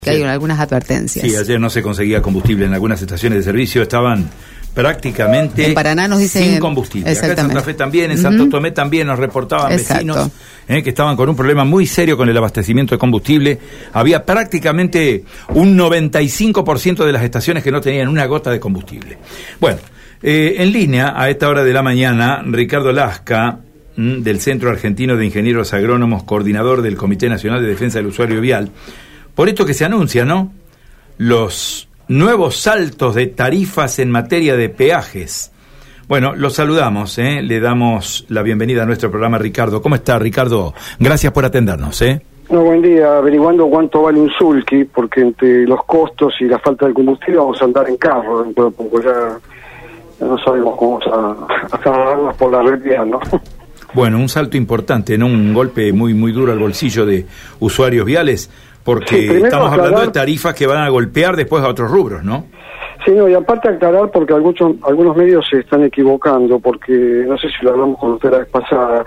Que hay algunas advertencias. Sí, ayer no se conseguía combustible en algunas estaciones de servicio, estaban prácticamente en Paraná nos dicen, sin combustible. Acá en Santa Fe también, en Santo Tomé también nos reportaban vecinos que estaban con un problema muy serio con el abastecimiento de combustible. Había prácticamente un 95% de las estaciones que no tenían una gota de combustible. Bueno, en línea a esta hora de la mañana, Ricardo Lasca, del Centro Argentino de Ingenieros Agrónomos, coordinador del Comité Nacional de Defensa del Usuario Vial. Por esto que se anuncia, ¿no? Los nuevos saltos de tarifas en materia de peajes. Bueno, los saludamos, le damos la bienvenida a nuestro programa, Ricardo. ¿Cómo está, Ricardo? Gracias por atendernos, No, buen día. Averiguando cuánto vale un sulky, porque entre los costos y la falta de combustible vamos a andar en carro dentro de poco. Ya no sabemos cómo vamos a trasladarnos por la red vial, ¿no? Bueno, un salto importante, ¿no? Un golpe muy duro al bolsillo de usuarios viales, porque sí, estamos hablando de tarifas que van a golpear después a otros rubros, ¿no? Sí, no, y aparte aclarar, porque algunos medios se están equivocando, porque no sé si lo hablamos con usted la vez pasada,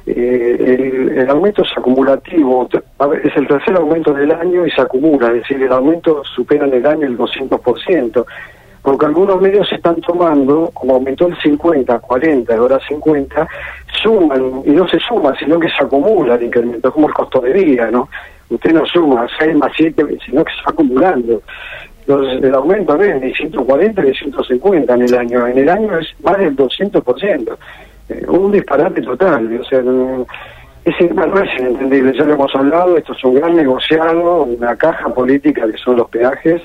el aumento es acumulativo, es el tercer aumento del año y se acumula, es decir, el aumento supera en el año el 200%. Porque algunos medios se están tomando, como aumentó el 50, 40, ahora 50, suman, y no se suma, sino que se acumula el incremento, es como el costo de vida, ¿no? Usted no suma 6 más 7, sino que se va acumulando. Entonces, el aumento no es de 140 ni 150 en el año es más del 200%. Un disparate total, o sea, no es inentendible, ya lo hemos hablado, esto es un gran negociado, una caja política que son los peajes,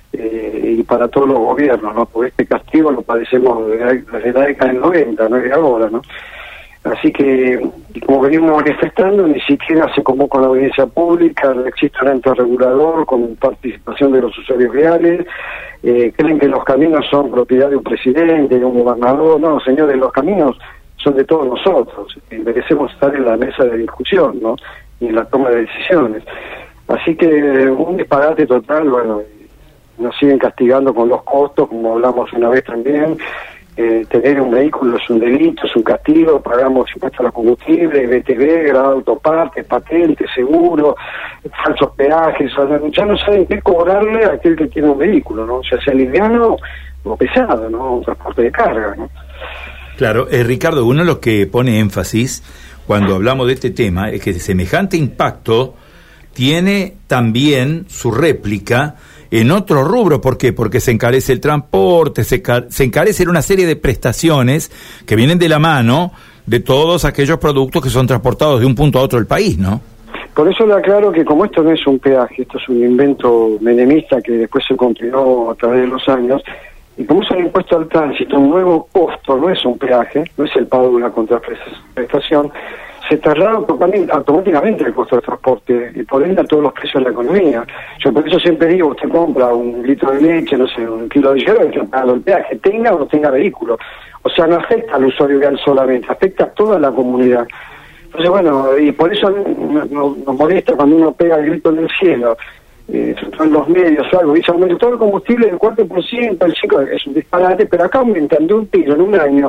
y para todos los gobiernos, ¿no? Porque este castigo lo padecemos desde la década del 90, no es de ahora, ¿no? Así que, como venimos manifestando, ni siquiera se convoca una audiencia pública, no existe un ente regulador con participación de los usuarios viales, creen que los caminos son propiedad de un presidente, de un gobernador. No, señores, los caminos son de todos nosotros, y merecemos estar en la mesa de discusión, ¿no? Y en la toma de decisiones. Así que un disparate total, bueno, nos siguen castigando con los costos, como hablamos una vez también. Tener un vehículo es un delito, es un castigo, pagamos impuestos a los combustibles, BTV, grado de autopartes, patentes, seguro, falsos peajes, ya no saben qué cobrarle a aquel que tiene un vehículo, ¿no? Ya sea liviano o pesado, ¿no? Un transporte de carga, ¿no? Claro, Ricardo, uno de los que pone énfasis cuando hablamos de este tema es que semejante impacto tiene también su réplica en otro rubro. ¿Por qué? Porque se encarece el transporte, se encarecen una serie de prestaciones que vienen de la mano de todos aquellos productos que son transportados de un punto a otro del país, ¿no? Por eso le aclaro que como esto no es un peaje, esto es un invento menemista que después se continuó a través de los años, y como es un impuesto al tránsito, un nuevo costo, no es un peaje, no es el pago de una contraprestación, se traslada automáticamente el costo del transporte y por ende a todos los precios de la economía. Yo por eso siempre digo, usted compra un litro de leche, no sé, un kilo de hierro, y está pagando el peaje, tenga o no tenga vehículo. O sea, no afecta al usuario vial solamente, afecta a toda la comunidad. Entonces, bueno, y por eso nos molesta cuando uno pega el grito en el cielo, en los medios o algo, dice aumentó el combustible del 4%, el 5%, es un disparate, pero acá aumentan de un tiro en un año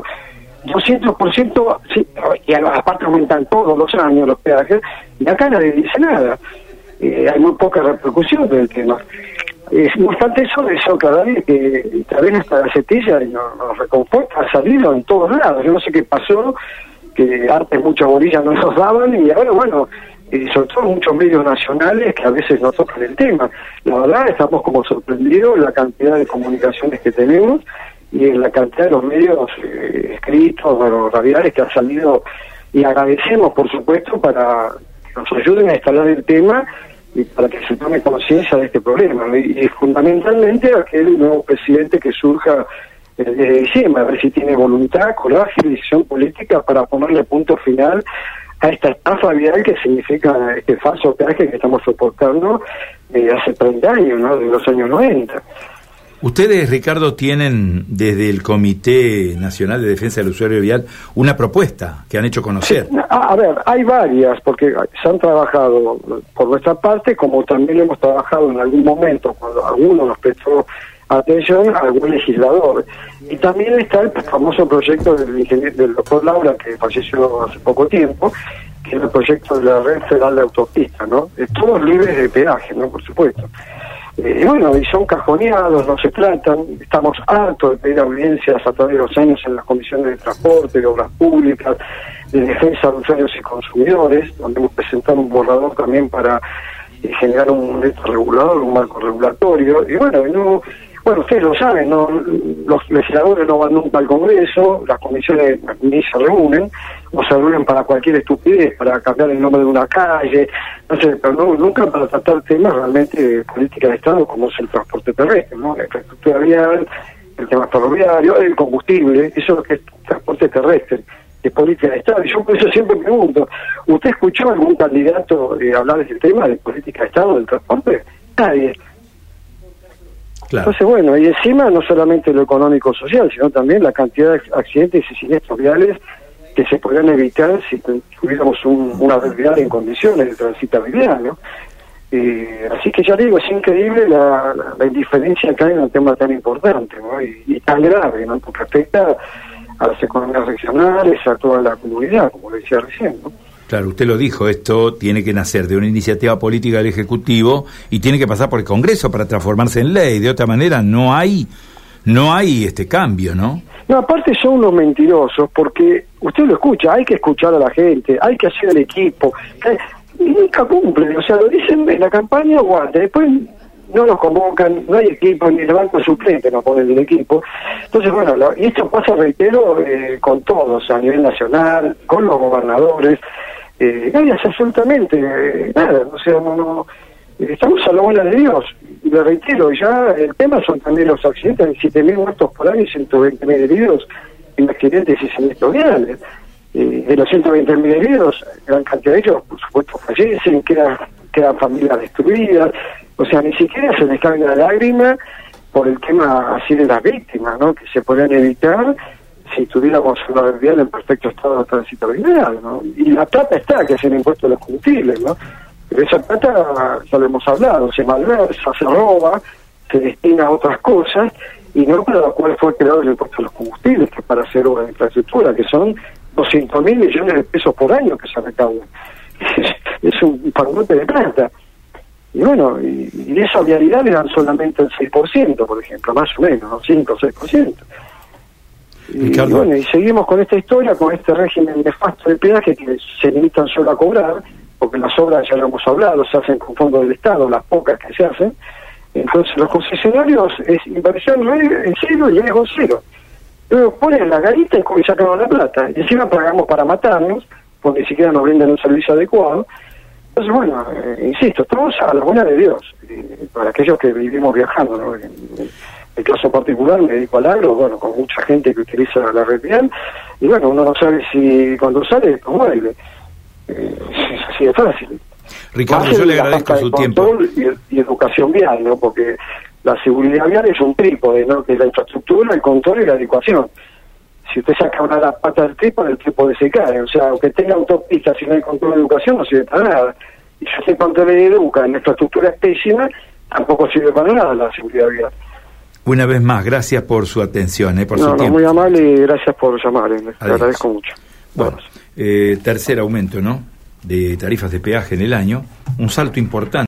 200%, sí, y aparte aumentan todos los años los peajes, y acá nadie dice nada. Hay muy poca repercusión del tema. No obstante eso cada vez que tal vez hasta la cetilla nos reconforta, ha salido en todos lados. Yo no sé qué pasó, que antes muchas bolillas no nos daban, y ahora, bueno, sobre todo muchos medios nacionales que a veces no tocan el tema. La verdad, estamos como sorprendidos la cantidad de comunicaciones que tenemos y en la cantidad de los medios escritos o radiales que han salido, y agradecemos por supuesto para que nos ayuden a instalar el tema y para que se tome conciencia de este problema, ¿no? Y fundamentalmente aquel nuevo presidente que surja desde diciembre, a ver si tiene voluntad, coraje y decisión política para ponerle punto final a esta estafa vial que significa este falso peaje que estamos soportando hace 30 años, ¿no? De los años 90. Ustedes, Ricardo, tienen desde el Comité Nacional de Defensa del Usuario Vial una propuesta que han hecho conocer. Sí, a ver, hay varias, porque se han trabajado por nuestra parte, como también hemos trabajado en algún momento, cuando alguno nos prestó atención a algún legislador. Y también está el famoso proyecto del doctor Laura, que falleció hace poco tiempo, que es el proyecto de la Red Federal de Autopistas, ¿no? Todos libres de peaje, ¿no? Por supuesto. Bueno, y son cajoneados, no se tratan. Estamos hartos de pedir audiencias a través de los años en las comisiones de transporte, de obras públicas, de defensa de usuarios y consumidores, donde hemos presentado un borrador también para generar un reto regulador, un marco regulatorio. Y bueno, ustedes lo saben, ¿no? Los legisladores no van nunca al Congreso, las comisiones ni se reúnen, o se reúnen para cualquier estupidez, para cambiar el nombre de una calle, no sé, pero nunca para tratar temas realmente de política de Estado, como es el transporte terrestre, ¿no? La infraestructura vial, el tema ferroviario, el combustible, eso es lo que es transporte terrestre, de política de Estado. Y yo por eso siempre pregunto, ¿usted escuchó a algún candidato hablar de ese tema de política de Estado del transporte? Nadie. Claro. Entonces, bueno, y encima no solamente lo económico-social, sino también la cantidad de accidentes y siniestros viales que se podrían evitar si tuviéramos una red vial en condiciones de transitabilidad, ¿no? Así que ya digo, es increíble la indiferencia que hay en un tema tan importante, ¿no? Y tan grave, ¿no? Porque afecta a las economías regionales, a toda la comunidad, como le decía recién, ¿no? Claro, usted lo dijo, esto tiene que nacer de una iniciativa política del Ejecutivo y tiene que pasar por el Congreso para transformarse en ley. De otra manera no hay este cambio, ¿no? No, aparte son unos mentirosos, porque usted lo escucha, hay que escuchar a la gente, hay que hacer el equipo, y nunca cumplen, o sea, lo dicen en la campaña, aguante, después no los convocan, no hay equipo, ni el banco suplente no ponen el equipo. Entonces, bueno, y esto pasa, reitero, con todos, a nivel nacional, con los gobernadores, nadie hace absolutamente nada, o sea, no estamos a la bola de Dios, y le reitero, ya el tema son también los accidentes, hay 7.000 muertos por año y 120.000 heridos en accidentes y siniestros viales. De los 120.000 heridos, gran cantidad de ellos, por supuesto, fallecen, quedan familias destruidas, o sea, ni siquiera se les cae la lágrima por el tema así de las víctimas, ¿no? Que se podrían evitar si tuviéramos una red vial en perfecto estado de transitabilidad, ¿no? Y la plata está, que es el impuesto a los combustibles, ¿no? Pero esa plata, ya lo hemos hablado, se malversa, se roba, se destina a otras cosas, y no para lo cual fue creado el impuesto a los combustibles, que es para hacer obras de infraestructura, que son 200.000 millones de pesos por año que se recaudan. Es un pargote de plata. Y bueno, y de esa vialidad le dan solamente el 6%, por ejemplo, más o menos, ¿no? 5 o 6%. Y bueno, y seguimos con esta historia, con este régimen nefasto de peaje que se limitan solo a cobrar, porque las obras, ya lo hemos hablado, se hacen con fondos del Estado, las pocas que se hacen. Entonces los concesionarios es inversión en cero y riesgo cero. Luego ponen la garita y sacan la plata. Y encima pagamos para matarnos, porque ni siquiera nos brindan un servicio adecuado. Entonces, bueno, insisto, estamos a la buena de Dios. Para aquellos que vivimos viajando, ¿no? En el caso particular me dedico al agro, bueno, con mucha gente que utiliza la red vial. Y bueno, uno no sabe si cuando sale, cómo vuelve. Es así de fácil. Ricardo, yo le agradezco su tiempo. Y educación vial, ¿no? Porque la seguridad vial es un trípode, ¿no? Que es la infraestructura, el control y la adecuación. Si usted saca una de las patas del trípode se cae. O sea, aunque tenga autopistas, si no hay control de educación, no sirve para nada. Y si usted controla y educa en la infraestructura es pésima, tampoco sirve para nada la seguridad vial. Una vez más, gracias por su atención, por su tiempo. Muy amable y gracias por llamar, le agradezco mucho. Bueno, tercer aumento, ¿no? De tarifas de peaje en el año, un salto importante.